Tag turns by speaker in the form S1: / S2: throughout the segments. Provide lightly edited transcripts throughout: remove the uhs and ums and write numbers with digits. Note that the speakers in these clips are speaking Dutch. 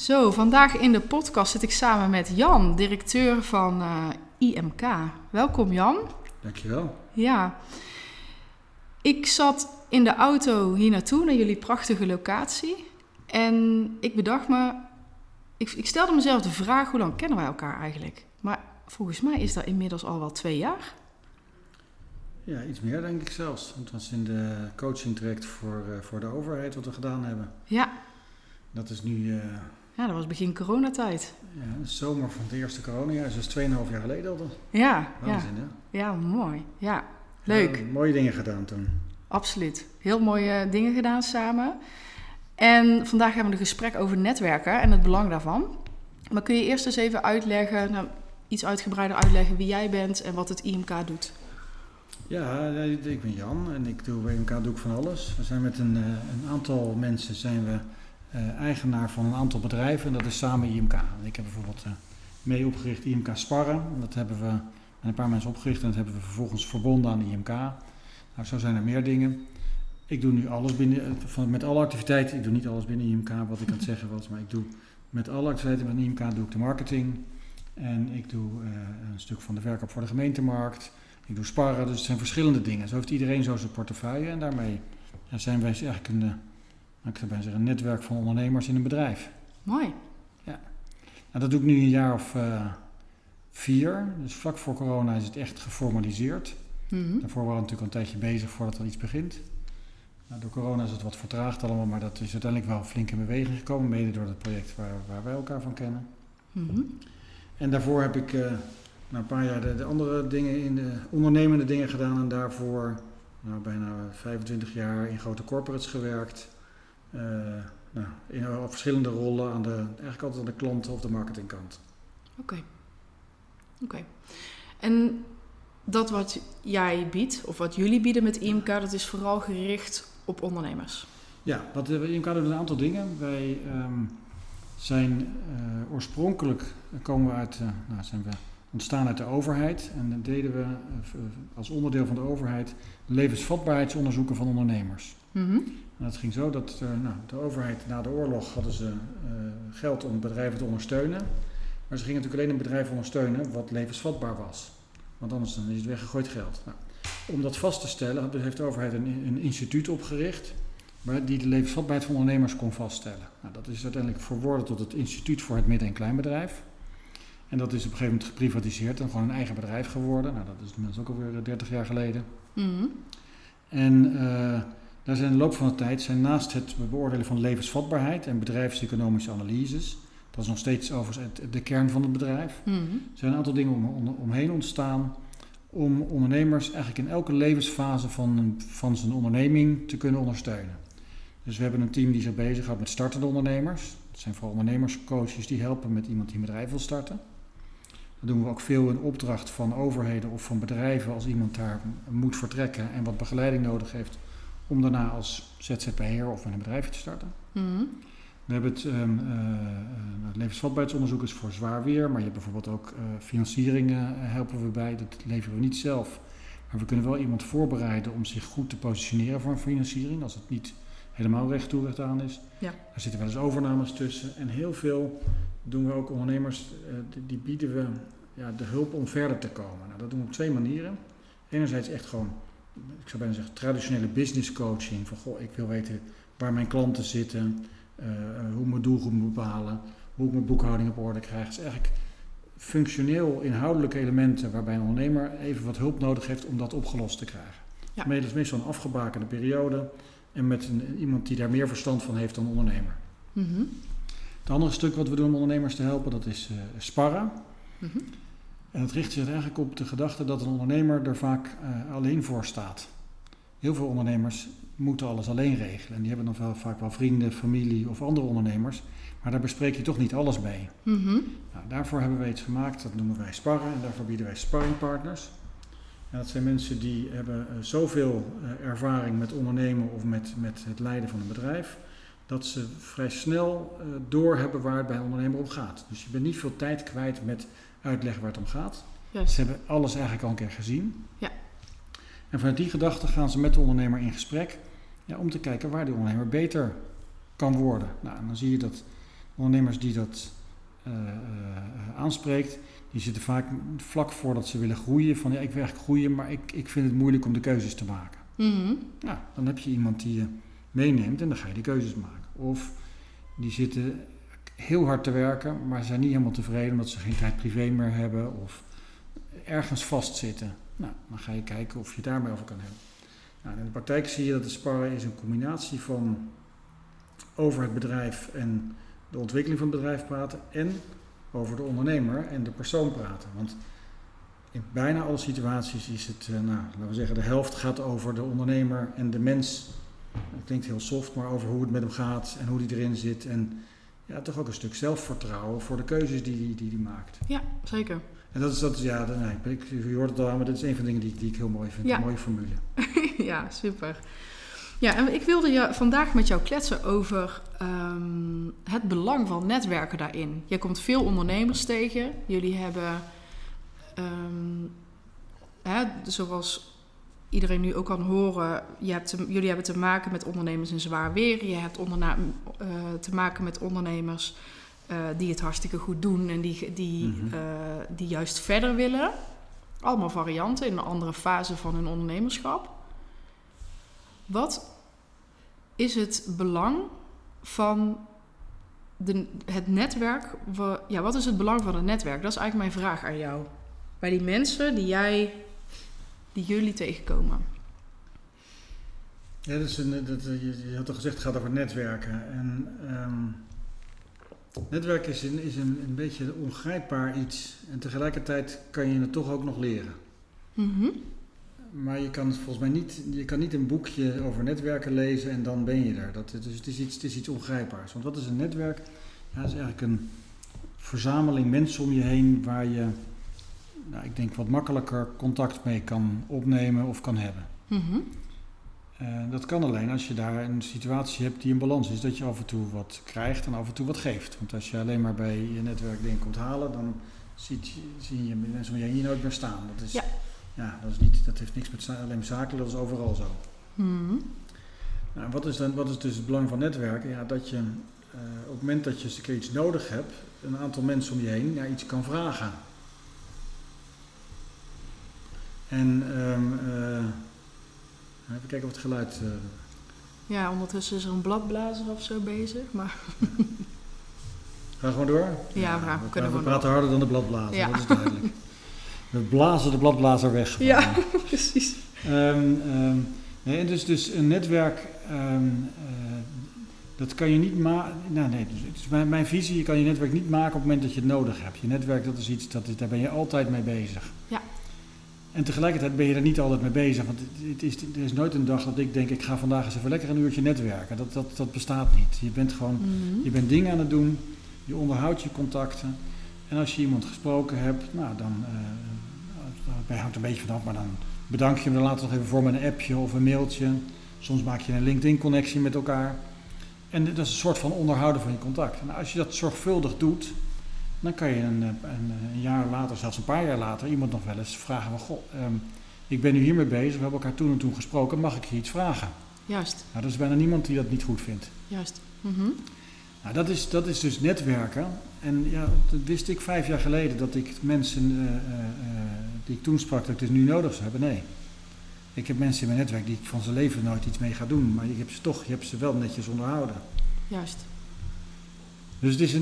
S1: Zo, vandaag in de podcast zit ik samen met Jan, directeur van IMK. Welkom Jan.
S2: Dankjewel.
S1: Ja, ik zat in de auto hier naartoe, naar jullie prachtige locatie. En ik bedacht me, ik stelde mezelf de vraag, hoe lang kennen wij elkaar eigenlijk? Maar volgens mij is dat inmiddels al wel 2 jaar.
S2: Ja, iets meer denk ik zelfs. Het was in de coaching traject voor de overheid wat we gedaan hebben.
S1: Ja.
S2: Dat is nu...
S1: Ja, dat was begin coronatijd.
S2: Ja, de zomer van het eerste coronajaar, dus 2,5 jaar geleden al.
S1: Ja,
S2: Waanzin,
S1: ja.
S2: Hè?
S1: Ja, mooi. Ja, leuk.
S2: Ja, mooie dingen gedaan toen.
S1: Absoluut. Heel mooie dingen gedaan samen. En vandaag hebben we een gesprek over netwerken en het belang daarvan. Maar kun je eerst eens even uitleggen, iets uitgebreider uitleggen wie jij bent en wat het IMK doet?
S2: Ja, ik ben Jan en bij IMK doe ik van alles. We zijn met een aantal mensen zijn we eigenaar van een aantal bedrijven en dat is samen IMK. Ik heb bijvoorbeeld mee opgericht IMK Sparren. Dat hebben we met een paar mensen opgericht en dat hebben we vervolgens verbonden aan IMK. Nou, zo zijn er meer dingen. Ik doe nu alles met alle activiteiten. Ik doe niet alles binnen IMK wat ik aan het zeggen was, maar ik doe met alle activiteiten binnen IMK doe ik de marketing. En ik doe een stuk van de verkoop voor de gemeentemarkt. Ik doe sparren, dus het zijn verschillende dingen. Zo heeft iedereen zo zijn portefeuille en daarmee zijn wij eigenlijk een netwerk van ondernemers in een bedrijf.
S1: Mooi.
S2: Ja. Nou, dat doe ik nu een jaar of 4. Dus vlak voor corona is het echt geformaliseerd.
S1: Mm-hmm.
S2: Daarvoor waren we natuurlijk al een tijdje bezig voordat er iets begint. Nou, door corona is het wat vertraagd allemaal, maar dat is uiteindelijk wel flink in beweging gekomen. Mede door het project waar wij elkaar van kennen.
S1: Mm-hmm.
S2: En daarvoor heb ik een paar jaar de andere dingen, in de ondernemende dingen gedaan. En daarvoor bijna 25 jaar in grote corporates gewerkt. In verschillende rollen, eigenlijk altijd aan de klanten- of de marketingkant.
S1: Oké. En dat wat jij biedt, of wat jullie bieden met IMK, dat is vooral gericht op ondernemers? Ja,
S2: IMK doet een aantal dingen. Wij zijn oorspronkelijk zijn we ontstaan uit de overheid. En dan deden we als onderdeel van de overheid levensvatbaarheidsonderzoeken van ondernemers.
S1: Mm-hmm.
S2: En dat ging zo dat de overheid na de oorlog hadden ze geld om bedrijven te ondersteunen. Maar ze gingen natuurlijk alleen een bedrijf ondersteunen wat levensvatbaar was. Want anders dan is het weggegooid geld. Nou, om dat vast te stellen heeft de overheid een instituut opgericht die de levensvatbaarheid van ondernemers kon vaststellen. Nou, dat is uiteindelijk verworden tot het Instituut voor het Midden- en Kleinbedrijf. En dat is op een gegeven moment geprivatiseerd en gewoon een eigen bedrijf geworden. Nou, dat is inmiddels ook alweer 30 jaar geleden.
S1: Mm-hmm.
S2: En daar zijn in de loop van de tijd naast het beoordelen van levensvatbaarheid en bedrijfseconomische analyses, dat is nog steeds overigens de kern van het bedrijf,
S1: Mm-hmm.
S2: zijn een aantal dingen omheen ontstaan om ondernemers eigenlijk in elke levensfase van zijn onderneming te kunnen ondersteunen. Dus we hebben een team die zich bezighoudt met startende ondernemers. Dat zijn vooral ondernemerscoaches die helpen met iemand die een bedrijf wil starten. Dat doen we ook veel in opdracht van overheden of van bedrijven als iemand daar moet vertrekken en wat begeleiding nodig heeft om daarna als ZZP'er of met een bedrijfje te starten.
S1: Mm-hmm.
S2: We hebben het levensvatbaarheidsonderzoek is voor zwaar weer, maar je hebt bijvoorbeeld ook financiering helpen we bij. Dat leveren we niet zelf, maar we kunnen wel iemand voorbereiden om zich goed te positioneren voor een financiering als het niet helemaal recht toe recht aan is.
S1: Ja.
S2: Daar zitten wel eens overnames tussen en heel veel doen we ook ondernemers, die bieden we de hulp om verder te komen. Nou, dat doen we op 2 manieren. Enerzijds echt gewoon, ik zou bijna zeggen, traditionele business coaching. Van ik wil weten waar mijn klanten zitten, hoe ik mijn doelgroep moet bepalen, hoe ik mijn boekhouding op orde krijg. Het is eigenlijk functioneel inhoudelijke elementen waarbij een ondernemer even wat hulp nodig heeft om dat opgelost te krijgen.
S1: Ja.
S2: Maar dat is meestal een afgebakende periode en met iemand die daar meer verstand van heeft dan een ondernemer.
S1: Mm-hmm.
S2: Het andere stuk wat we doen om ondernemers te helpen, dat is sparren.
S1: Mm-hmm.
S2: En dat richt zich eigenlijk op de gedachte dat een ondernemer er vaak alleen voor staat. Heel veel ondernemers moeten alles alleen regelen. En die hebben dan vaak wel vrienden, familie of andere ondernemers. Maar daar bespreek je toch niet alles mee.
S1: Mm-hmm.
S2: Nou, daarvoor hebben wij iets gemaakt, dat noemen wij sparren. En daarvoor bieden wij sparringpartners. En dat zijn mensen die hebben zoveel ervaring met ondernemen of met het leiden van een bedrijf, dat ze vrij snel doorhebben waar het bij een ondernemer om gaat. Dus je bent niet veel tijd kwijt met uitleggen waar het om gaat.
S1: Juist.
S2: Ze hebben alles eigenlijk al een keer gezien.
S1: Ja.
S2: En vanuit die gedachte gaan ze met de ondernemer in gesprek om te kijken waar die ondernemer beter kan worden. Nou, en dan zie je dat ondernemers die dat aanspreekt, die zitten vaak vlak voordat ze willen groeien. Van ik wil eigenlijk groeien, maar ik vind het moeilijk om de keuzes te maken.
S1: Mm-hmm.
S2: Nou, dan heb je iemand die je meeneemt en dan ga je de keuzes maken. Of die zitten heel hard te werken, maar zijn niet helemaal tevreden omdat ze geen tijd privé meer hebben of ergens vastzitten. Nou, dan ga je kijken of je het daarmee over kan hebben. Nou, in de praktijk zie je dat de sparren is een combinatie van over het bedrijf en de ontwikkeling van het bedrijf praten en over de ondernemer en de persoon praten. Want in bijna alle situaties is het, laten we zeggen, de helft gaat over de ondernemer en de mens. Dat klinkt heel soft, maar over hoe het met hem gaat en hoe die erin zit. En ja, toch ook een stuk zelfvertrouwen voor de keuzes die hij maakt.
S1: Ja, zeker.
S2: En je hoort het al aan, maar dat is een van de dingen die ik heel mooi vind. Ja. Een mooie formule.
S1: Ja, super. Ja, en ik wilde vandaag met jou kletsen over het belang van netwerken daarin. Je komt veel ondernemers tegen. Jullie hebben, zoals iedereen nu ook kan horen, jullie hebben te maken met ondernemers in zwaar weer. Je hebt te maken met ondernemers die het hartstikke goed doen en die juist verder willen. Allemaal varianten in een andere fase van hun ondernemerschap. Wat is het belang van het netwerk? Wat is het belang van het netwerk? Dat is eigenlijk mijn vraag aan jou. Bij die mensen die jullie tegenkomen.
S2: Ja, je had al gezegd, het gaat over netwerken. En netwerken is een beetje een ongrijpbaar iets. En tegelijkertijd kan je het toch ook nog leren.
S1: Mm-hmm.
S2: Maar je kan volgens mij niet een boekje over netwerken lezen en dan ben je er. Het is iets ongrijpbaars. Want wat is een netwerk? Ja, het is eigenlijk een verzameling mensen om je heen waar je, ik denk, wat makkelijker contact mee kan opnemen of kan hebben.
S1: Mm-hmm.
S2: Dat kan alleen als je daar een situatie hebt die in balans is. Dat je af en toe wat krijgt en af en toe wat geeft. Want als je alleen maar bij je netwerk dingen komt halen, dan zie je mensen om je heen hier nooit meer staan. Dat is... Ja, dat heeft niks met alleen zakelijk, dat is overal zo.
S1: Mm-hmm.
S2: Nou, wat is dus het belang van netwerken? Ja, dat je op het moment dat je eens een keer iets nodig hebt, een aantal mensen om je heen iets kan vragen. En even kijken of het geluid...
S1: Ja, ondertussen is er een bladblazer of zo bezig, maar...
S2: Ga gewoon door?
S1: Ja, we
S2: praten harder dan de bladblazer,
S1: ja.
S2: Dat is duidelijk. We blazen de bladblazer weg.
S1: Ja, precies.
S2: Dus een netwerk, dat kan je niet maken. Dus mijn visie, je kan je netwerk niet maken op het moment dat je het nodig hebt. Je netwerk, dat is iets, daar ben je altijd mee bezig.
S1: Ja.
S2: En tegelijkertijd ben je er niet altijd mee bezig. Want er is nooit een dag dat ik denk, ik ga vandaag eens even lekker een uurtje netwerken. Dat bestaat niet. Je bent gewoon, je bent dingen aan het doen, je onderhoudt je contacten. En als je iemand gesproken hebt, dan hangt een beetje vanaf, maar dan bedank je hem er later nog even voor met een appje of een mailtje. Soms maak je een LinkedIn-connectie met elkaar. En dat is een soort van onderhouden van je contact. En als je dat zorgvuldig doet, dan kan je een jaar later, zelfs een paar jaar later, iemand nog wel eens vragen van, ik ben nu hiermee bezig, we hebben elkaar toen en toen gesproken, mag ik je iets vragen?
S1: Juist.
S2: Nou, er is bijna niemand die dat niet goed vindt.
S1: Juist. Mm-hmm.
S2: Nou, dat is dus netwerken. En ja, dat wist ik 5 jaar geleden, dat ik mensen die ik toen sprak, dat ik dus nu nodig zou hebben. Nee. Ik heb mensen in mijn netwerk die ik van zijn leven nooit iets mee ga doen, maar je hebt ze wel netjes onderhouden.
S1: Juist.
S2: Dus het is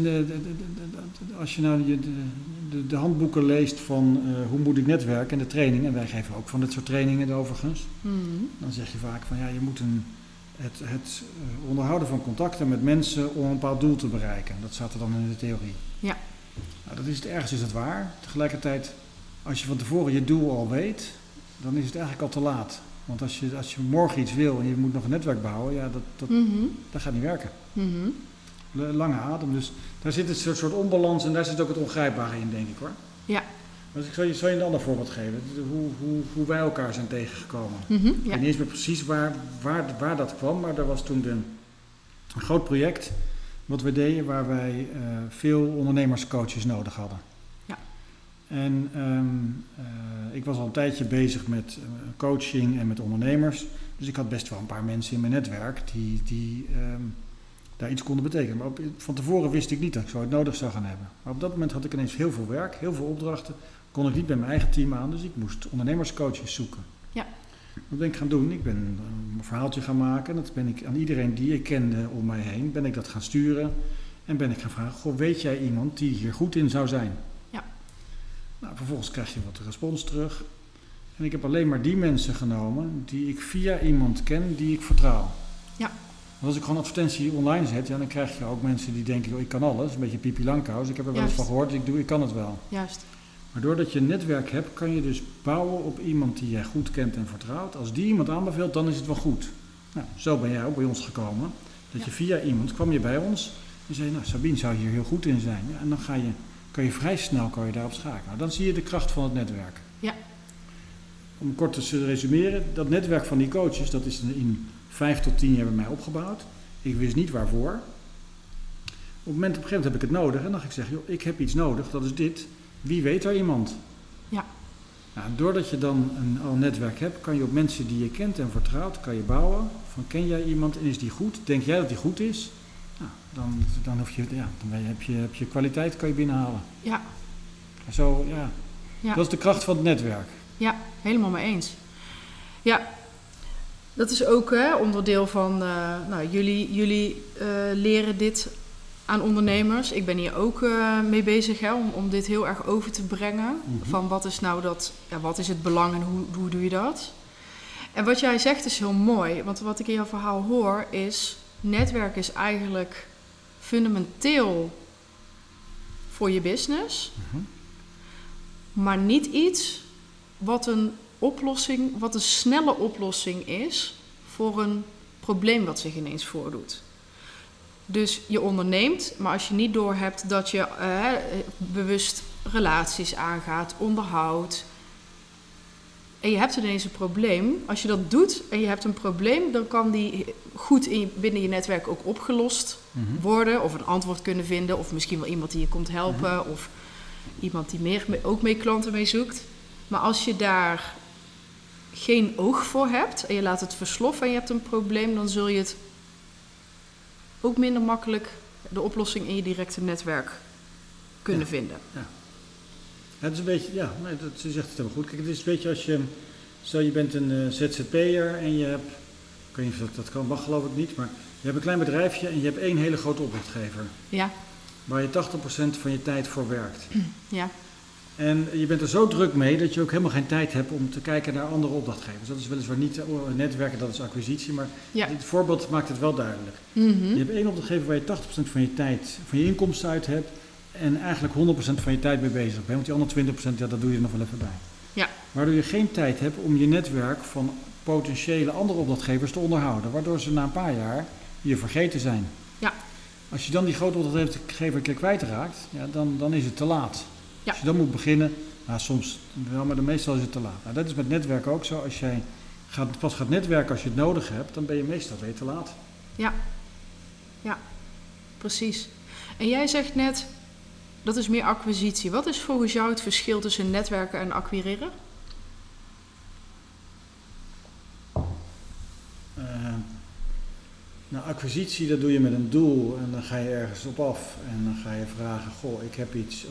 S2: als je nou de handboeken leest van hoe moet ik netwerken en de training, en wij geven ook van dit soort trainingen overigens, dan zeg je vaak van je moet het onderhouden van contacten met mensen om een bepaald doel te bereiken. Dat staat er dan in de theorie.
S1: Ja.
S2: Nou, ergens is het waar. Tegelijkertijd, als je van tevoren je doel al weet, dan is het eigenlijk al te laat. Want als je morgen iets wil en je moet nog een netwerk bouwen, dat gaat niet werken.
S1: Mm-hmm.
S2: Lange adem. Dus daar zit een soort onbalans en daar zit ook het ongrijpbare in, denk ik hoor.
S1: Ja.
S2: Dus ik zal je een ander voorbeeld geven. Hoe wij elkaar zijn tegengekomen.
S1: Mm-hmm, ja.
S2: Ik weet niet eens meer precies waar dat kwam, maar er was toen een groot project wat we deden waar wij veel ondernemerscoaches nodig hadden.
S1: Ja.
S2: En ik was al een tijdje bezig met coaching en met ondernemers. Dus ik had best wel een paar mensen in mijn netwerk die daar iets konden betekenen. Maar van tevoren wist ik niet dat ik zo het nodig zou gaan hebben. Maar op dat moment had ik ineens heel veel werk, heel veel opdrachten. Kon ik niet bij mijn eigen team aan, dus ik moest ondernemerscoaches zoeken.
S1: Ja.
S2: Wat ben ik gaan doen? Ik ben een verhaaltje gaan maken. Dat ben ik aan iedereen die ik kende om mij heen, ben ik dat gaan sturen. En ben ik gaan vragen, goh, weet jij iemand die hier goed in zou zijn?
S1: Ja.
S2: Nou, vervolgens krijg je wat respons terug. En ik heb alleen maar die mensen genomen die ik via iemand ken die ik vertrouw.
S1: Ja.
S2: Want als ik gewoon advertentie online zet, dan krijg je ook mensen die denken, oh, ik kan alles. Een beetje Pipi Langkous. Ik heb er wel eens van gehoord, ik kan het wel.
S1: Juist.
S2: Maar doordat je een netwerk hebt, kan je dus bouwen op iemand die jij goed kent en vertrouwt. Als die iemand aanbeveelt, dan is het wel goed. Nou, zo ben jij ook bij ons gekomen. Dat je via iemand, kwam je bij ons en zei, nou, Sabine zou hier heel goed in zijn. Ja, en dan kan je vrij snel daarop schakelen. Nou, dan zie je de kracht van het netwerk.
S1: Ja.
S2: Om kort te resumeren, dat netwerk van die coaches, dat is in 5 tot 10 jaar bij mij opgebouwd. Ik wist niet waarvoor. Op een gegeven moment heb ik het nodig en dan ga ik zeggen, joh, ik heb iets nodig, dat is dit. Wie weet er iemand?
S1: Ja.
S2: Nou, doordat je dan al een netwerk hebt, kan je op mensen die je kent en vertrouwt, kan je bouwen. Van, ken jij iemand en is die goed? Denk jij dat die goed is? Nou, dan heb je kwaliteit, kan je binnenhalen.
S1: Ja.
S2: Zo, ja. Dat is de kracht van het netwerk.
S1: Ja, helemaal mee eens. Ja, dat is ook onderdeel van, jullie leren dit aan ondernemers. Ik ben hier ook mee bezig om dit heel erg over te brengen. Mm-hmm. Van wat is nou wat is het belang en hoe doe je dat? En wat jij zegt is heel mooi, want wat ik in jouw verhaal hoor is, netwerk is eigenlijk fundamenteel voor je business, mm-hmm. maar niet iets wat een snelle oplossing is voor een probleem wat zich ineens voordoet. Dus je onderneemt, maar als je niet doorhebt dat je bewust relaties aangaat, onderhoudt, en je hebt ineens een probleem. Als je dat doet en je hebt een probleem, dan kan die goed binnen je netwerk ook opgelost worden, of een antwoord kunnen vinden, of misschien wel iemand die je komt helpen, of iemand die ook mee klanten mee zoekt. Maar als je daar geen oog voor hebt en je laat het versloffen en je hebt een probleem, dan zul je het ook minder makkelijk de oplossing in je directe netwerk kunnen vinden. Ja.
S2: Het is een beetje, ze zegt het helemaal goed. Kijk, het is een beetje stel je bent een ZZP'er en je hebt, ik weet niet of dat kan, mag geloof ik niet, maar je hebt een klein bedrijfje en je hebt één hele grote opdrachtgever.
S1: Ja.
S2: Waar je 80% van je tijd voor werkt.
S1: Ja.
S2: En je bent er zo druk mee dat je ook helemaal geen tijd hebt om te kijken naar andere opdrachtgevers. Dat is weliswaar niet netwerken, dat is acquisitie, maar dit voorbeeld maakt het wel duidelijk. Mm-hmm. Je hebt één opdrachtgever waar je 80% van je tijd, van je inkomsten uit hebt en eigenlijk 100% van je tijd mee bezig bent. Want die andere 20%, dat doe je er nog wel even bij.
S1: Ja.
S2: Waardoor je geen tijd hebt om je netwerk van potentiële andere opdrachtgevers te onderhouden. Waardoor ze na een paar jaar je vergeten zijn.
S1: Ja.
S2: Als je dan die grote opdrachtgever een keer kwijtraakt, dan is het te laat.
S1: Ja.
S2: Als je dan moet beginnen, soms wel, maar meestal is het te laat. Nou, dat is met netwerken ook zo. Als jij pas gaat netwerken als je het nodig hebt, dan ben je meestal weer te laat.
S1: Ja, precies. En jij zegt net, dat is meer acquisitie. Wat is volgens jou het verschil tussen netwerken en acquireren?
S2: Acquisitie, dat doe je met een doel en dan ga je ergens op af en dan ga je vragen, goh, ik heb iets.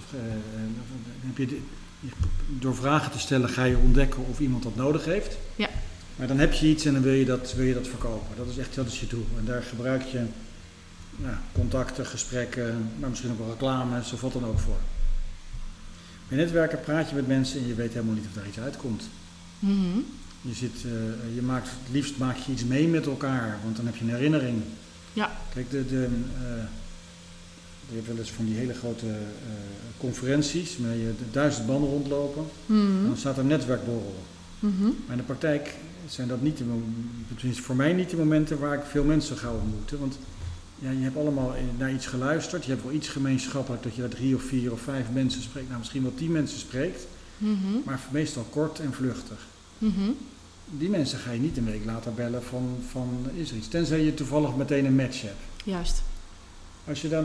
S2: Door vragen te stellen ga je ontdekken of iemand dat nodig heeft.
S1: Ja.
S2: Maar dan heb je iets en dan wil je dat verkopen. Dat is je doel. En daar gebruik je contacten, gesprekken, maar misschien ook wel reclame, zo valt dan ook voor. Bij netwerken praat je met mensen en je weet helemaal niet of daar iets uitkomt.
S1: Mm-hmm.
S2: Het liefst maak je iets mee met elkaar, want dan heb je een herinnering.
S1: Ja.
S2: Kijk, je hebt wel eens van die hele grote conferenties, waar je 1000 banden rondlopen. Mm-hmm. Dan staat er netwerkborrel. Mm-hmm. Maar in de praktijk zijn dat niet, tenminste voor mij niet de momenten waar ik veel mensen ga ontmoeten. Want je hebt allemaal naar iets geluisterd, je hebt wel iets gemeenschappelijk dat je daar 3 of 4 of 5 mensen spreekt. Misschien wel 10 mensen spreekt, maar meestal kort en vluchtig. Mm-hmm. Die mensen ga je niet een week later bellen van is er iets. Tenzij je toevallig meteen een match hebt.
S1: Juist.
S2: Als je dan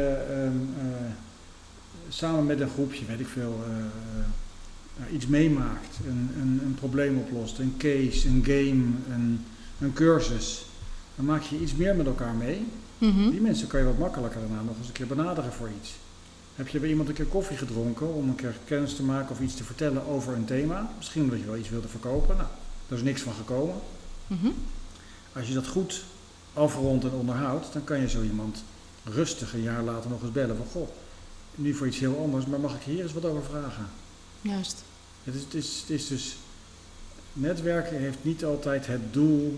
S2: samen met een groepje, weet ik veel, iets meemaakt, een probleem oplost, een case, een game, een cursus, dan maak je iets meer met elkaar mee. Die mensen kan je wat makkelijker daarna nog eens een keer benaderen voor iets. Heb je bij iemand een keer koffie gedronken om een keer kennis te maken of iets te vertellen over een thema? Misschien omdat je wel iets wilde verkopen. Nou, daar is niks van gekomen. Als je dat goed afrondt en onderhoudt, dan kan je zo iemand rustig een jaar later nog eens bellen van goh, nu voor iets heel anders, maar mag ik hier eens wat over vragen?
S1: Juist.
S2: Het is dus, netwerken heeft niet altijd het doel.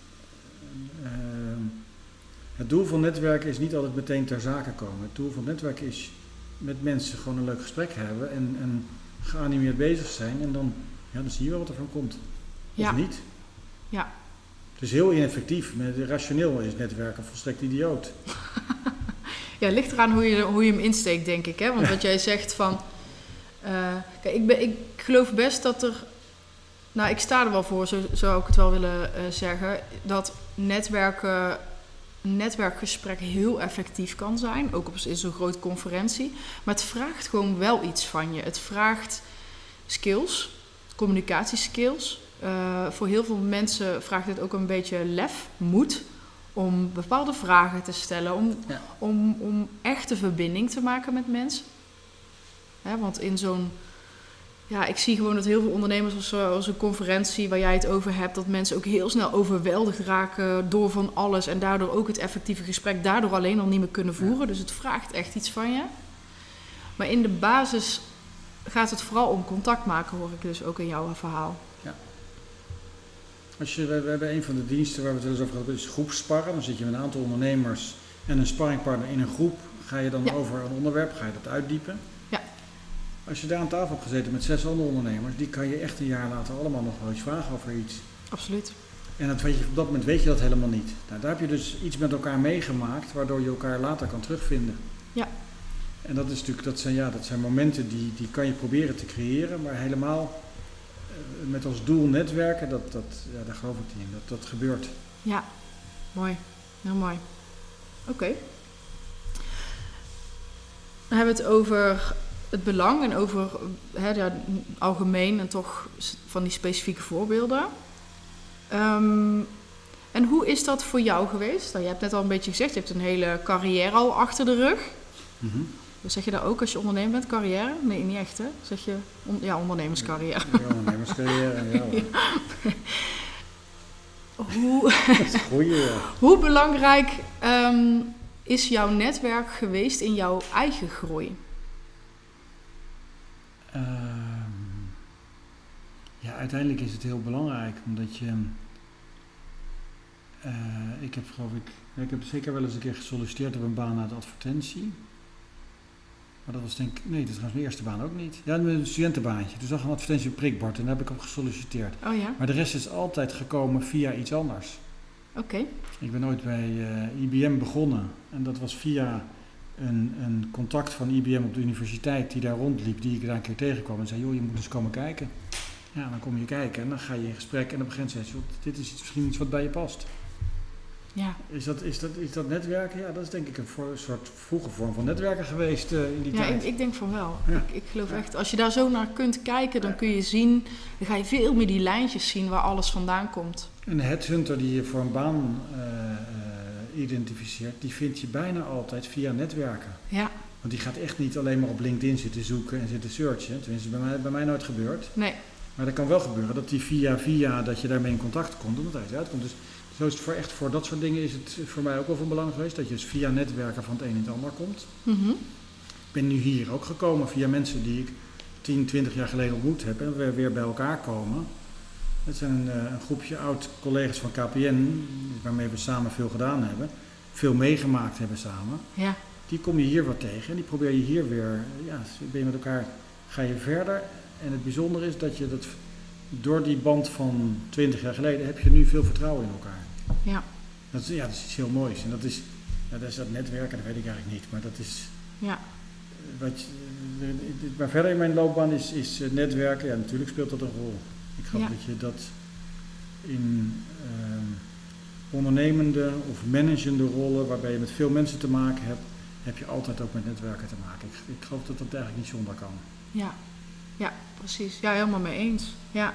S2: Het doel van netwerken is niet altijd meteen ter zake komen. Het doel van netwerken is met mensen gewoon een leuk gesprek hebben en geanimeerd bezig zijn en dan zie je wel wat er van komt. Of niet.
S1: Ja.
S2: Het is heel ineffectief. Rationeel is netwerken volstrekt idioot.
S1: Ja, het ligt eraan hoe je hem insteekt, denk ik. Hè? Want wat jij zegt van... kijk, ik geloof best dat er... Nou, ik sta er wel voor, zo zou ik het wel willen zeggen. Dat netwerkgesprek heel effectief kan zijn. Ook in zo'n grote conferentie. Maar het vraagt gewoon wel iets van je. Het vraagt skills, communicatieskills. Voor heel veel mensen vraagt het ook een beetje lef, moed... om bepaalde vragen te stellen, om echte verbinding te maken met mensen. Want in zo'n... Ja, ik zie gewoon dat heel veel ondernemers als een conferentie waar jij het over hebt, dat mensen ook heel snel overweldigd raken door van alles en daardoor ook het effectieve gesprek daardoor alleen al niet meer kunnen voeren. Ja. Dus het vraagt echt iets van je. Maar in de basis gaat het vooral om contact maken, hoor ik dus ook in jouw verhaal. Ja.
S2: We hebben een van de diensten waar we het wel eens over hebben, is groepsparren. Dan zit je met een aantal ondernemers en een sparringpartner in een groep. Ga je dan over een onderwerp, ga je dat uitdiepen. Ja. Als je daar aan tafel hebt gezeten met 6 andere ondernemers, die kan je echt een jaar later allemaal nog wel iets vragen over iets.
S1: Absoluut.
S2: En op dat moment weet je dat helemaal niet. Nou, daar heb je dus iets met elkaar meegemaakt, waardoor je elkaar later kan terugvinden. Ja. En dat is natuurlijk, dat zijn momenten die kan je proberen te creëren, maar helemaal met als doel netwerken, daar geloof ik niet in. Dat gebeurt.
S1: Ja, mooi. Heel mooi. Oké. Dan hebben we het over het belang en over algemeen en toch van die specifieke voorbeelden. En hoe is dat voor jou geweest? Nou, je hebt net al een beetje gezegd, je hebt een hele carrière al achter de rug. Mm-hmm. Dus zeg je dat ook als je ondernemer bent, carrière? Nee, niet echt, hè? Zeg je, ondernemerscarrière.
S2: Ja, ondernemerscarrière, ja.
S1: Hoe belangrijk is jouw netwerk geweest in jouw eigen groei?
S2: Uiteindelijk is het heel belangrijk, omdat je... ik heb zeker wel eens een keer gesolliciteerd op een baan uit advertentie. Maar dat was dat was mijn eerste baan ook niet. Ja, een studentenbaantje. Toen zag ik een advertentie op Prikbord en daar heb ik op gesolliciteerd.
S1: Oh ja?
S2: Maar de rest is altijd gekomen via iets anders.
S1: Oké.
S2: Ik ben ooit bij IBM begonnen en dat was via een contact van IBM op de universiteit die daar rondliep, die ik daar een keer tegenkwam en zei, joh, je moet eens komen kijken. Ja, dan kom je kijken en dan ga je in gesprek en op een gegeven moment zeg je, dit is misschien iets wat bij je past. Ja. Is dat netwerken? Ja, dat is denk ik een soort vroege vorm van netwerken geweest in die tijd.
S1: Ja, ik denk van wel. Ja. Ik geloof echt, als je daar zo naar kunt kijken, dan kun je zien, dan ga je veel meer die lijntjes zien waar alles vandaan komt.
S2: Een headhunter die je voor een baan identificeert, die vind je bijna altijd via netwerken. Ja. Want die gaat echt niet alleen maar op LinkedIn zitten zoeken en zitten searchen. Tenminste, bij mij nooit gebeurd. Nee. Maar dat kan wel gebeuren dat die via dat je daarmee in contact komt en dat hij eruit komt. Dus zo is het voor dat soort dingen is het voor mij ook wel van belang geweest dat je dus via netwerken van het een in het ander komt. Mm-hmm. Ik ben nu hier ook gekomen via mensen die ik 10, 20 jaar geleden ontmoet heb en we weer bij elkaar komen. Het zijn een groepje oud-collega's van KPN, waarmee we samen veel gedaan hebben, veel meegemaakt hebben samen. Ja. Die kom je hier wat tegen en die probeer je hier weer, ben je met elkaar, ga je verder. En het bijzondere is dat je dat door die band van 20 jaar geleden heb je nu veel vertrouwen in elkaar. Ja. Dat is iets heel moois. En dat is dat netwerken, dat weet ik eigenlijk niet. Maar dat is... Ja. Maar verder in mijn loopbaan is netwerken, ja, natuurlijk speelt dat een rol. Ik geloof dat je dat in ondernemende of managende rollen, waarbij je met veel mensen te maken hebt, heb je altijd ook met netwerken te maken. Ik geloof dat dat eigenlijk niet zonder kan.
S1: Ja. Ja, precies. Ja, helemaal mee eens. Ja.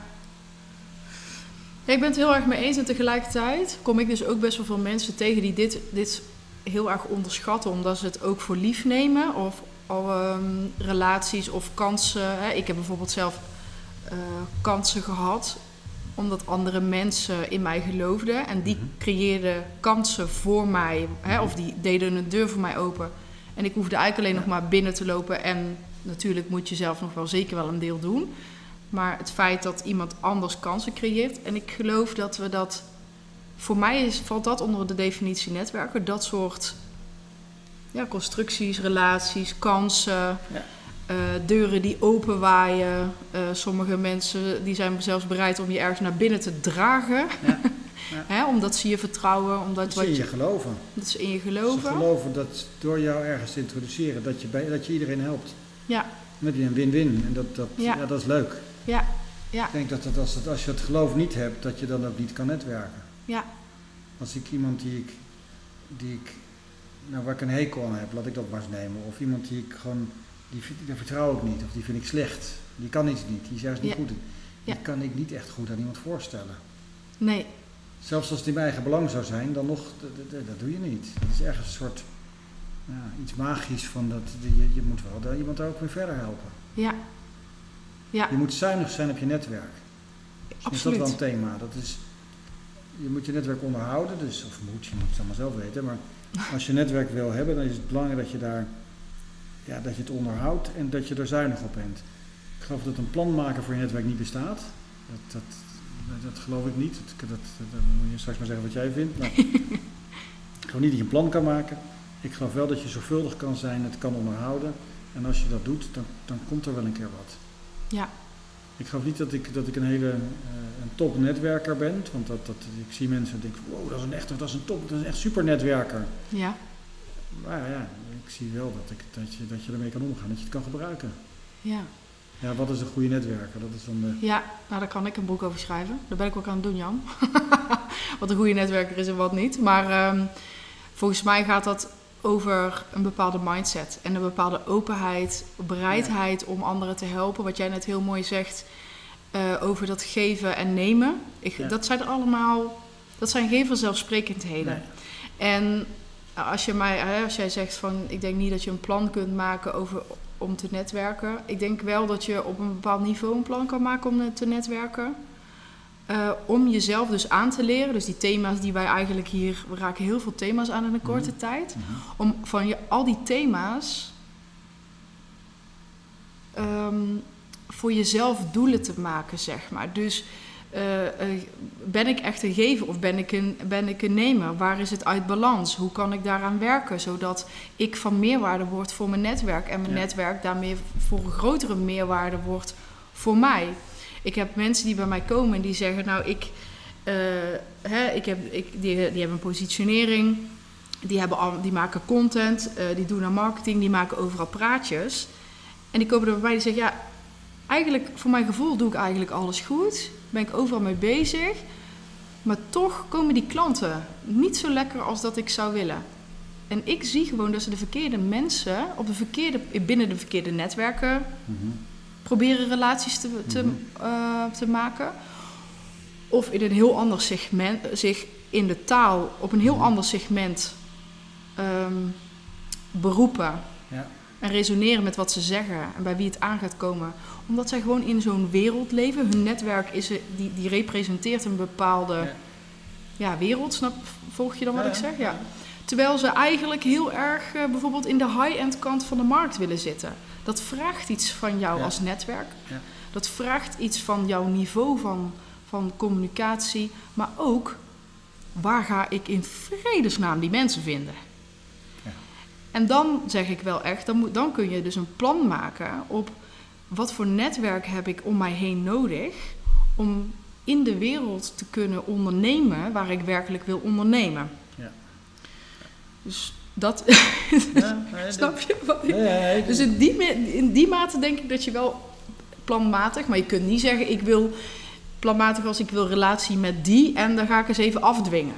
S1: Ik ben het heel erg mee eens en tegelijkertijd kom ik dus ook best wel veel mensen tegen die dit heel erg onderschatten, omdat ze het ook voor lief nemen. Of relaties of kansen. Hè. Ik heb bijvoorbeeld zelf kansen gehad, omdat andere mensen in mij geloofden. En die creëerden kansen voor mij. Hè, of die deden een deur voor mij open. En ik hoefde eigenlijk alleen nog maar binnen te lopen. En natuurlijk moet je zelf nog wel zeker wel een deel doen. Maar het feit dat iemand anders kansen creëert. En ik geloof dat we dat... Voor mij valt dat onder de definitie netwerken. Dat soort constructies, relaties, kansen... deuren die openwaaien. Sommige mensen die zijn zelfs bereid om je ergens naar binnen te dragen. Ja. Hè, omdat ze je vertrouwen. Omdat
S2: ze in je geloven.
S1: Dat ze in je geloven.
S2: Ze geloven dat door jou ergens te introduceren, dat je iedereen helpt.
S1: Ja.
S2: Dan heb je een win-win. En dat is leuk.
S1: Ja. Ja.
S2: Ik denk dat als je het geloof niet hebt, dat je dan ook niet kan netwerken.
S1: Ja.
S2: Als ik iemand waar ik een hekel aan heb, laat ik dat maar eens nemen. Of iemand die ik gewoon... Die vertrouw ik niet, of die vind ik slecht. Die kan iets niet, die is juist niet goed in. Die kan ik niet echt goed aan iemand voorstellen.
S1: Nee.
S2: Zelfs als het in mijn eigen belang zou zijn, dan nog, dat doe je niet. Dat is ergens een soort, iets magisch van dat, je moet wel iemand daar ook weer verder helpen.
S1: Ja. Ja.
S2: Je moet zuinig zijn op je netwerk.
S1: Absoluut.
S2: Is dat wel een thema? Je moet je netwerk onderhouden, je moet het allemaal zelf weten. Maar als je netwerk wil hebben, dan is het belangrijk dat je dat je het onderhoudt en dat je er zuinig op bent. Ik geloof dat een plan maken voor je netwerk niet bestaat. Dat geloof ik niet. Dat moet je straks maar zeggen wat jij vindt. Maar ik geloof niet dat je een plan kan maken. Ik geloof wel dat je zorgvuldig kan zijn, het kan onderhouden. En als je dat doet, dan komt er wel een keer wat.
S1: Ja. Ik
S2: geloof niet dat ik een top netwerker ben. Want ik zie mensen en denk, wow, dat is een echt super netwerker.
S1: Ja.
S2: Maar ja, ik zie wel dat je ermee kan omgaan, dat je het kan gebruiken.
S1: Ja.
S2: Ja, wat is een goede netwerker? Dat is dan
S1: Ja, nou daar kan ik een boek over schrijven. Daar ben ik ook aan het doen, Jan. Wat een goede netwerker is en wat niet. Maar volgens mij gaat dat over een bepaalde mindset. En een bepaalde openheid, bereidheid om anderen te helpen. Wat jij net heel mooi zegt over dat geven en nemen. Dat zijn geen vanzelfsprekendheden. Nee. En... Als jij zegt van, ik denk niet dat je een plan kunt maken om te netwerken. Ik denk wel dat je op een bepaald niveau een plan kan maken om te netwerken. Om jezelf dus aan te leren. Dus die thema's die wij eigenlijk we raken heel veel thema's aan in een korte tijd. Om van al die thema's voor jezelf doelen te maken, zeg maar. Dus... ben ik echt een gever of ben ik een nemer? Waar is het uit balans? Hoe kan ik daaraan werken? Zodat ik van meerwaarde word voor mijn netwerk. En mijn netwerk daarmee voor een grotere meerwaarde wordt voor mij. Ik heb mensen die bij mij komen en die zeggen... Nou, die hebben een positionering. Die maken content. Die doen aan marketing. Die maken overal praatjes. En die komen er bij mij en die zeggen... Ja, eigenlijk, voor mijn gevoel doe ik eigenlijk alles goed. Ben ik overal mee bezig. Maar toch komen die klanten niet zo lekker als dat ik zou willen. En ik zie gewoon dat ze de verkeerde mensen binnen de verkeerde netwerken proberen relaties te maken. Of in een heel ander segment, zich in de taal op een heel ander segment beroepen. Ja. En resoneren met wat ze zeggen en bij wie het aan gaat komen. Omdat zij gewoon in zo'n wereld leven. Hun netwerk die representeert een bepaalde wereld. Volg je dan wat ik zeg? Ja. Terwijl ze eigenlijk heel erg bijvoorbeeld in de high-end kant van de markt willen zitten. Dat vraagt iets van jou als netwerk. Ja. Dat vraagt iets van jouw niveau van communicatie. Maar ook, waar ga ik in vredesnaam die mensen vinden? En dan zeg ik wel echt, dan kun je dus een plan maken op wat voor netwerk heb ik om mij heen nodig om in de wereld te kunnen ondernemen waar ik werkelijk wil ondernemen. Ja. Dus dat... Snap je wat ik... Dus in die mate denk ik dat je wel planmatig, maar je kunt niet zeggen ik wil planmatig als ik wil relatie met die en dan ga ik eens even afdwingen.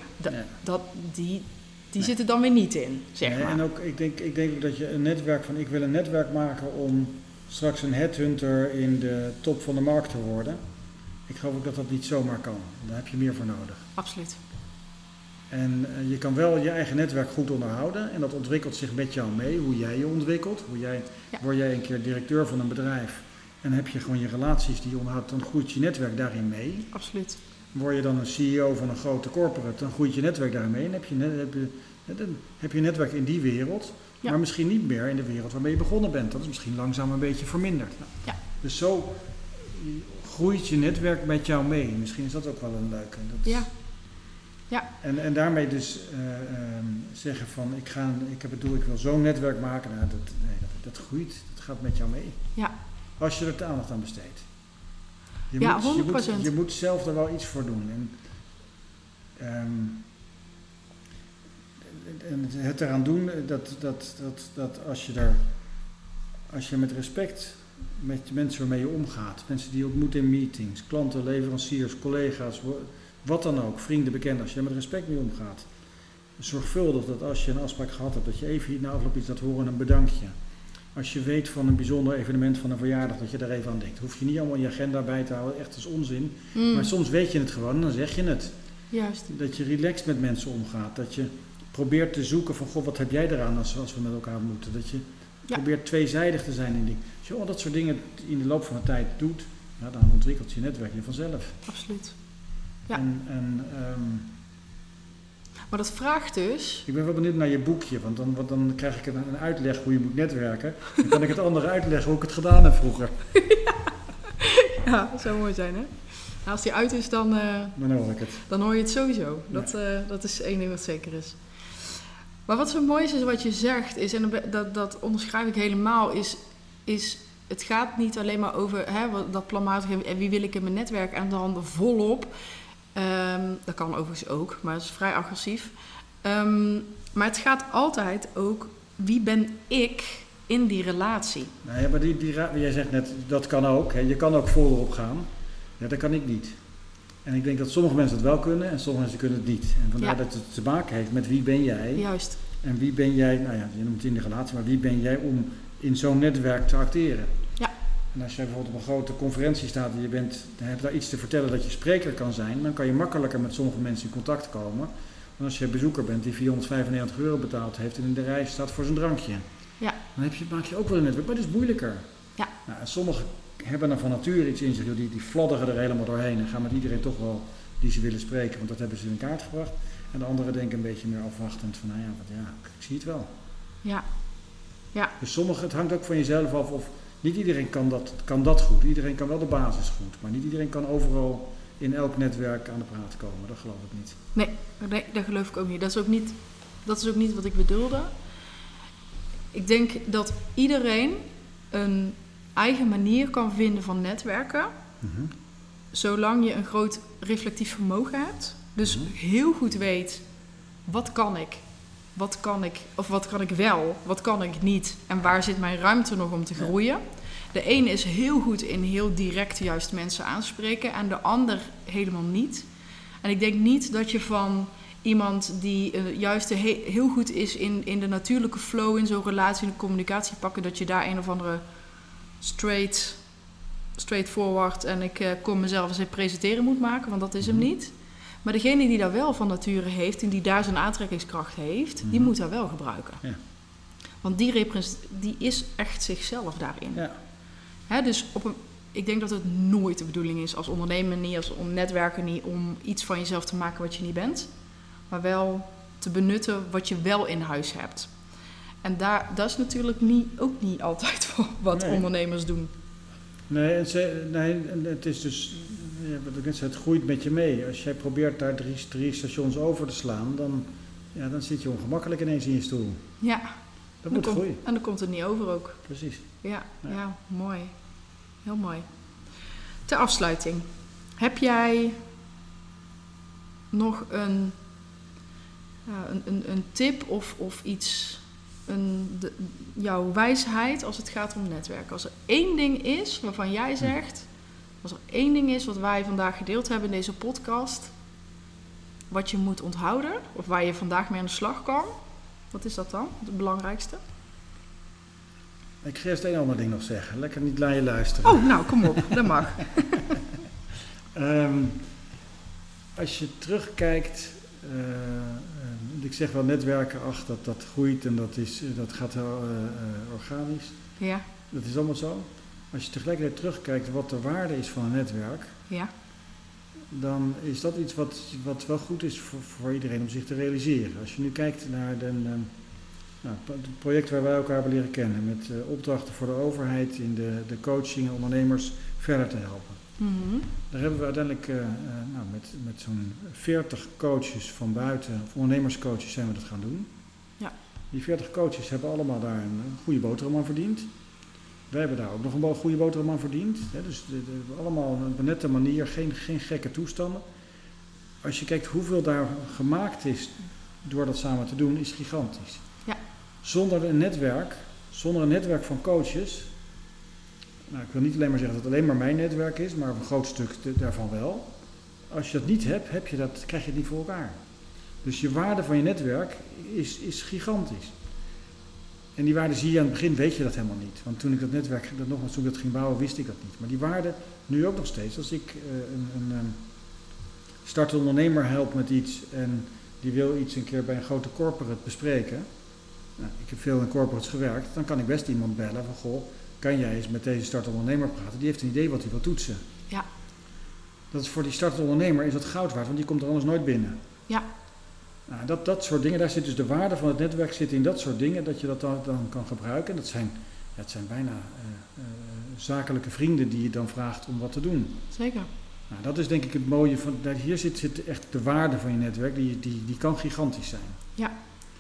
S1: Die zitten dan weer niet in, zeg maar.
S2: En ook, ik denk ook dat je een netwerk van... Ik wil een netwerk maken om straks een headhunter in de top van de markt te worden. Ik geloof ook dat dat niet zomaar kan. Daar heb je meer voor nodig.
S1: Absoluut.
S2: En je kan wel je eigen netwerk goed onderhouden en dat ontwikkelt zich met jou mee, hoe jij je ontwikkelt. Word jij een keer directeur van een bedrijf en heb je gewoon je relaties die je onderhoudt, dan groeit je netwerk daarin mee.
S1: Absoluut.
S2: Word je dan een CEO van een grote corporate, dan groeit je netwerk daarin mee en heb je netwerk in die wereld, maar misschien niet meer in de wereld waarmee je begonnen bent. Dat is misschien langzaam een beetje verminderd.
S1: Ja.
S2: Dus zo groeit je netwerk met jou mee. Misschien is dat ook wel een leuke. Ja. En daarmee dus zeggen van ik heb het doel, ik wil zo'n netwerk maken. Nou, dat groeit, dat gaat met jou mee.
S1: Ja.
S2: Als je er de aandacht aan besteedt.
S1: 100%.
S2: Je moet zelf er wel iets voor doen. En het eraan doen dat als je met respect met de mensen waarmee je omgaat, mensen die je ontmoet in meetings, klanten, leveranciers, collega's, wat dan ook, vrienden, bekenden, als je er met respect mee omgaat, zorgvuldig dat als je een afspraak gehad hebt, dat je even na afloop iets laat horen, een bedankje. Als je weet van een bijzonder evenement van een verjaardag, dat je daar even aan denkt. Hoef je niet allemaal in je agenda bij te houden, echt, dat is onzin. Maar soms weet je het gewoon en dan zeg je het.
S1: Juist. Dat
S2: je relaxed met mensen omgaat, dat je probeert te zoeken van, goh, wat heb jij eraan als we met elkaar moeten. Dat je probeert tweezijdig te zijn in die. Als je al dat soort dingen in de loop van de tijd doet, dan ontwikkelt je netwerk je vanzelf.
S1: Absoluut. Ja. Maar dat vraagt dus...
S2: Ik ben wel benieuwd naar je boekje, want dan krijg ik een uitleg hoe je moet netwerken. Dan kan ik het andere uitleggen hoe ik het gedaan heb vroeger.
S1: Ja, dat zou mooi zijn, hè? Nou, als die uit is, dan
S2: hoor ik het.
S1: Dan hoor je het sowieso. Dat is één ding wat zeker is. Maar wat zo mooi is wat je zegt, is, en dat onderschrijf ik helemaal, is het gaat niet alleen maar over dat planmatig en wie wil ik in mijn netwerk en dan volop. Dat kan overigens ook, maar dat is vrij agressief. Maar het gaat altijd ook, wie ben ik in die relatie?
S2: Nou ja, maar jij zegt net, dat kan ook. Hè. Je kan ook volop gaan. Ja, dat kan ik niet. En ik denk dat sommige mensen het wel kunnen en sommige mensen kunnen het niet. En vandaar dat het te maken heeft met wie ben jij.
S1: Juist.
S2: En wie ben jij, nou ja, je noemt het in de relatie, maar wie ben jij om in zo'n netwerk te acteren? Ja. En als jij bijvoorbeeld op een grote conferentie staat en je hebt daar iets te vertellen dat je spreker kan zijn, dan kan je makkelijker met sommige mensen in contact komen. Dan als je bezoeker bent die 495 euro betaald heeft en in de rij staat voor zijn drankje. Ja. Dan maak je ook wel een netwerk, maar dat is moeilijker. Ja. Nou, sommigen hebben er van nature iets in zich, die fladderen er helemaal doorheen en gaan met iedereen toch wel die ze willen spreken, want dat hebben ze in kaart gebracht. En de anderen denken een beetje meer afwachtend van, ik zie het wel. Ja. Ja. Dus het hangt ook van jezelf af of niet iedereen kan dat goed. Iedereen kan wel de basis goed, maar niet iedereen kan overal in elk netwerk aan de praat komen. Dat geloof ik niet.
S1: Nee, dat geloof ik ook niet. Dat is ook niet wat ik bedoelde. Ik denk dat iedereen een eigen manier kan vinden van netwerken, zolang je een groot reflectief vermogen hebt. Dus heel goed weet, wat kan ik wel, wat kan ik niet en waar zit mijn ruimte nog om te groeien. De ene is heel goed in heel direct juist mensen aanspreken en de ander helemaal niet. En ik denk niet dat je van iemand die juist heel goed is in de natuurlijke flow in zo'n relatie en de communicatie pakken, dat je daar een of andere straightforward en ik kom mezelf eens even presenteren moet maken, want dat is hem niet. Maar degene die daar wel van nature heeft en die daar zijn aantrekkingskracht heeft, die moet dat wel gebruiken. Ja. Want die is echt zichzelf daarin. Ja. Dus ik denk dat het nooit de bedoeling is als ondernemer niet, als netwerker niet, om iets van jezelf te maken wat je niet bent. Maar wel te benutten wat je wel in huis hebt. En dat is natuurlijk ook niet altijd wat ondernemers doen. Nee,
S2: het is dus, wat ik net zei, het groeit met je mee. Als jij probeert daar drie stations over te slaan, dan zit je ongemakkelijk ineens in je stoel.
S1: Ja.
S2: Dat moet groeien.
S1: En dan komt het niet over ook.
S2: Precies.
S1: Ja, mooi. Heel mooi. Ter afsluiting. Heb jij nog een tip of iets, jouw wijsheid als het gaat om netwerken? Als er één ding is waarvan jij zegt, als er één ding is wat wij vandaag gedeeld hebben in deze podcast, wat je moet onthouden, of waar je vandaag mee aan de slag kan, wat is dat dan? Het belangrijkste?
S2: Ik ga eerst een ander ding nog zeggen. Lekker niet naar je luisteren.
S1: Oh, nou, kom op. Dat mag.
S2: Als je terugkijkt ik zeg wel netwerken, dat groeit en dat gaat organisch.
S1: Ja.
S2: Dat is allemaal zo. Als je tegelijkertijd terugkijkt wat de waarde is van een netwerk,
S1: Ja.
S2: dan is dat iets wat wel goed is voor iedereen om zich te realiseren. Als je nu kijkt naar het project waar wij elkaar hebben leren kennen, met opdrachten voor de overheid in de coaching en ondernemers verder te helpen.
S1: Mm-hmm.
S2: Daar hebben we uiteindelijk met zo'n 40 coaches van buiten, of ondernemerscoaches, zijn we dat gaan doen.
S1: Ja.
S2: Die 40 coaches hebben allemaal daar een goede boterham aan verdiend. Wij hebben daar ook nog een goede boterham aan verdiend. Hè, dus allemaal op een nette manier, geen gekke toestanden. Als je kijkt hoeveel daar gemaakt is door dat samen te doen, is gigantisch.
S1: Ja.
S2: Zonder een netwerk van coaches, nou, ik wil niet alleen maar zeggen dat het alleen maar mijn netwerk is, maar een groot stuk daarvan wel. Als je dat niet hebt, krijg je het niet voor elkaar. Dus je waarde van je netwerk is gigantisch. En die waarde zie je aan het begin, weet je dat helemaal niet. Want toen ik dat netwerk, toen ik dat ging bouwen, wist ik dat niet. Maar die waarde, nu ook nog steeds, als ik een startende ondernemer help met iets en die wil iets een keer bij een grote corporate bespreken. Nou, ik heb veel in corporates gewerkt, dan kan ik best iemand bellen van, goh, kan jij eens met deze startende ondernemer praten? Die heeft een idee wat hij wil toetsen.
S1: Ja.
S2: Dat is voor die startende ondernemer is dat goud waard, want die komt er anders nooit binnen.
S1: Ja.
S2: Nou, dat soort dingen, daar zit dus de waarde van het netwerk zit in dat soort dingen, dat je dat dan kan gebruiken. Het zijn bijna zakelijke vrienden die je dan vraagt om wat te doen.
S1: Zeker.
S2: Nou, dat is denk ik het mooie van, hier zit echt de waarde van je netwerk, die kan gigantisch zijn.
S1: Ja.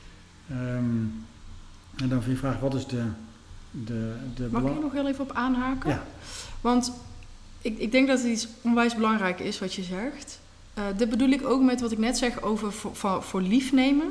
S2: En dan vind je vraag, wat is de
S1: Mag ik er nog heel even op aanhaken?
S2: Ja.
S1: Want ik denk dat het iets onwijs belangrijk is wat je zegt. Dit bedoel ik ook met wat ik net zeg over voor lief nemen.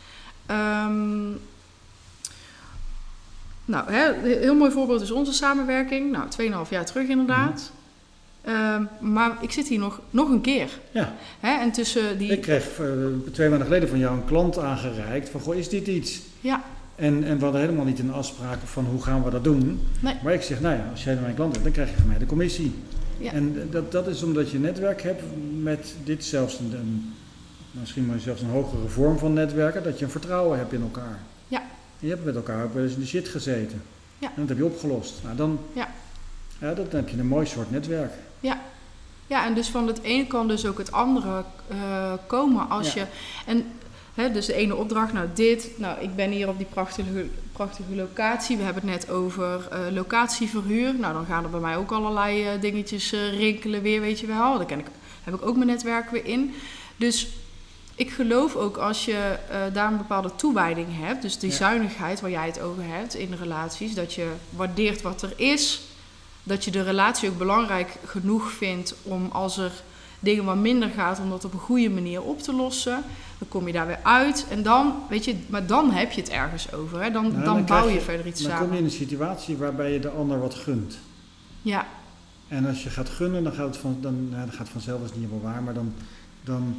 S1: Een heel mooi voorbeeld is onze samenwerking. 2,5 jaar terug inderdaad. Maar ik zit hier nog een keer.
S2: Ja.
S1: En tussen die...
S2: Ik kreeg 2 maanden geleden van jou een klant aangereikt van, goh, is dit iets?
S1: Ja.
S2: En we hadden helemaal niet een afspraak van hoe gaan we dat doen. Nee. Maar ik zeg, nou ja, als jij mijn klant bent, dan krijg je van mij de commissie. Ja. En dat is omdat je een netwerk hebt met dit zelfs misschien maar zelfs een hogere vorm van netwerken, dat je een vertrouwen hebt in elkaar.
S1: Ja.
S2: En je hebt met elkaar ook wel eens in de shit gezeten.
S1: Ja.
S2: En dat heb je opgelost. Nou, dan heb je een mooi soort netwerk.
S1: Ja. Ja, en dus van het ene kan dus ook het andere komen als je... En, dus de ene opdracht, ik ben hier op die prachtige locatie. We hebben het net over locatieverhuur. Nou, dan gaan er bij mij ook allerlei dingetjes rinkelen weer, weet je wel. Daar heb ik ook mijn netwerk weer in. Dus ik geloof ook als je daar een bepaalde toewijding hebt, dus die zuinigheid waar jij het over hebt in relaties, dat je waardeert wat er is, dat je de relatie ook belangrijk genoeg vindt om als er dingen wat minder gaat, om dat op een goede manier op te lossen. Dan kom je daar weer uit en dan, weet je, maar dan heb je het ergens over. Hè? Dan bouw je verder iets samen.
S2: Dan kom je in een situatie waarbij je de ander wat gunt.
S1: Ja.
S2: En als je gaat gunnen, dan gaat het vanzelf, is niet helemaal waar, maar dan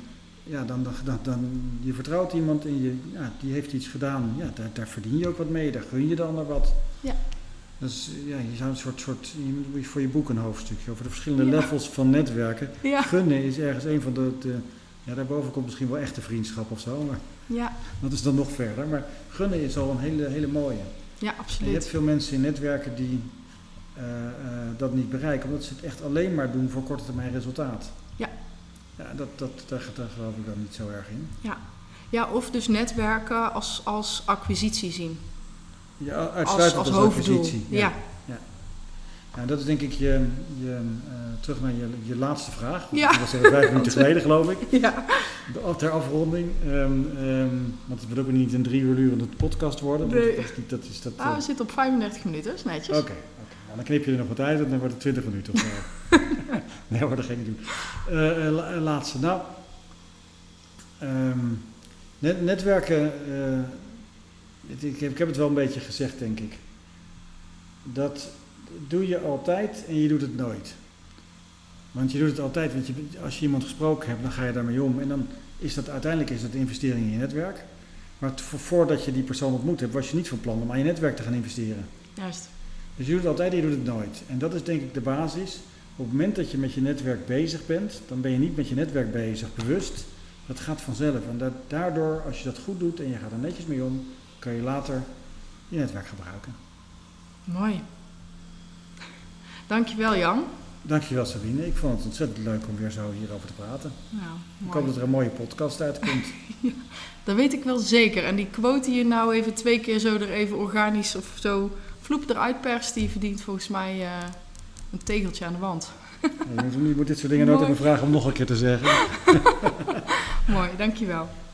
S2: je vertrouwt iemand en die heeft iets gedaan. Ja, daar verdien je ook wat mee, daar gun je de ander wat. Ja. Dus je zou een soort voor je boek een hoofdstukje over de verschillende levels van netwerken. Ja. Gunnen is ergens een van de daarboven komt misschien wel echte vriendschap of zo, maar dat is dan nog verder. Maar gunnen is al een hele mooie. Ja, absoluut. En je hebt veel mensen in netwerken die dat niet bereiken, omdat ze het echt alleen maar doen voor korte termijn resultaat. Ja. Ja, daar geloof ik dan niet zo erg in. Ja, of dus netwerken als acquisitie zien. Ja, uitsluitend als acquisitie. Ja. Nou, dat is denk ik terug naar je laatste vraag. Dat was 5 minuten geleden, geloof ik. Ja. Ter afronding. Want het wordt ook niet een 3 uur durende podcast worden.
S1: Nee. We zitten op 35 minuten, is netjes.
S2: Oké. Nou, dan knip je er nog wat uit en dan wordt het 20 minuten of zo. Nee, dat ga ik niet doen. Laatste. Nou, netwerken... Ik heb het wel een beetje gezegd, denk ik. Dat doe je altijd en je doet het nooit. Want je doet het altijd, want als je iemand gesproken hebt, dan ga je daarmee om. En dan is dat uiteindelijk een investering in je netwerk. Maar voordat je die persoon ontmoet hebt, was je niet van plan om aan je netwerk te gaan investeren. Juist. Dus je doet het altijd en je doet het nooit. En dat is denk ik de basis. Op het moment dat je met je netwerk bezig bent, dan ben je niet met je netwerk bezig, bewust. Dat gaat vanzelf. En daardoor, als je dat goed doet en je gaat er netjes mee om, kan je later je netwerk gebruiken.
S1: Mooi. Dankjewel, Jan.
S2: Dankjewel, Sabine. Ik vond het ontzettend leuk om weer zo hierover te praten.
S1: Nou,
S2: ik hoop dat er een mooie podcast uitkomt.
S1: Ja, dat weet ik wel zeker. En die quote die je nou even 2 keer zo er even organisch of zo vloep eruit perst, die verdient volgens mij een tegeltje aan de wand.
S2: Je moet dit soort dingen nooit aan me vragen om nog een keer te zeggen.
S1: Mooi, dankjewel.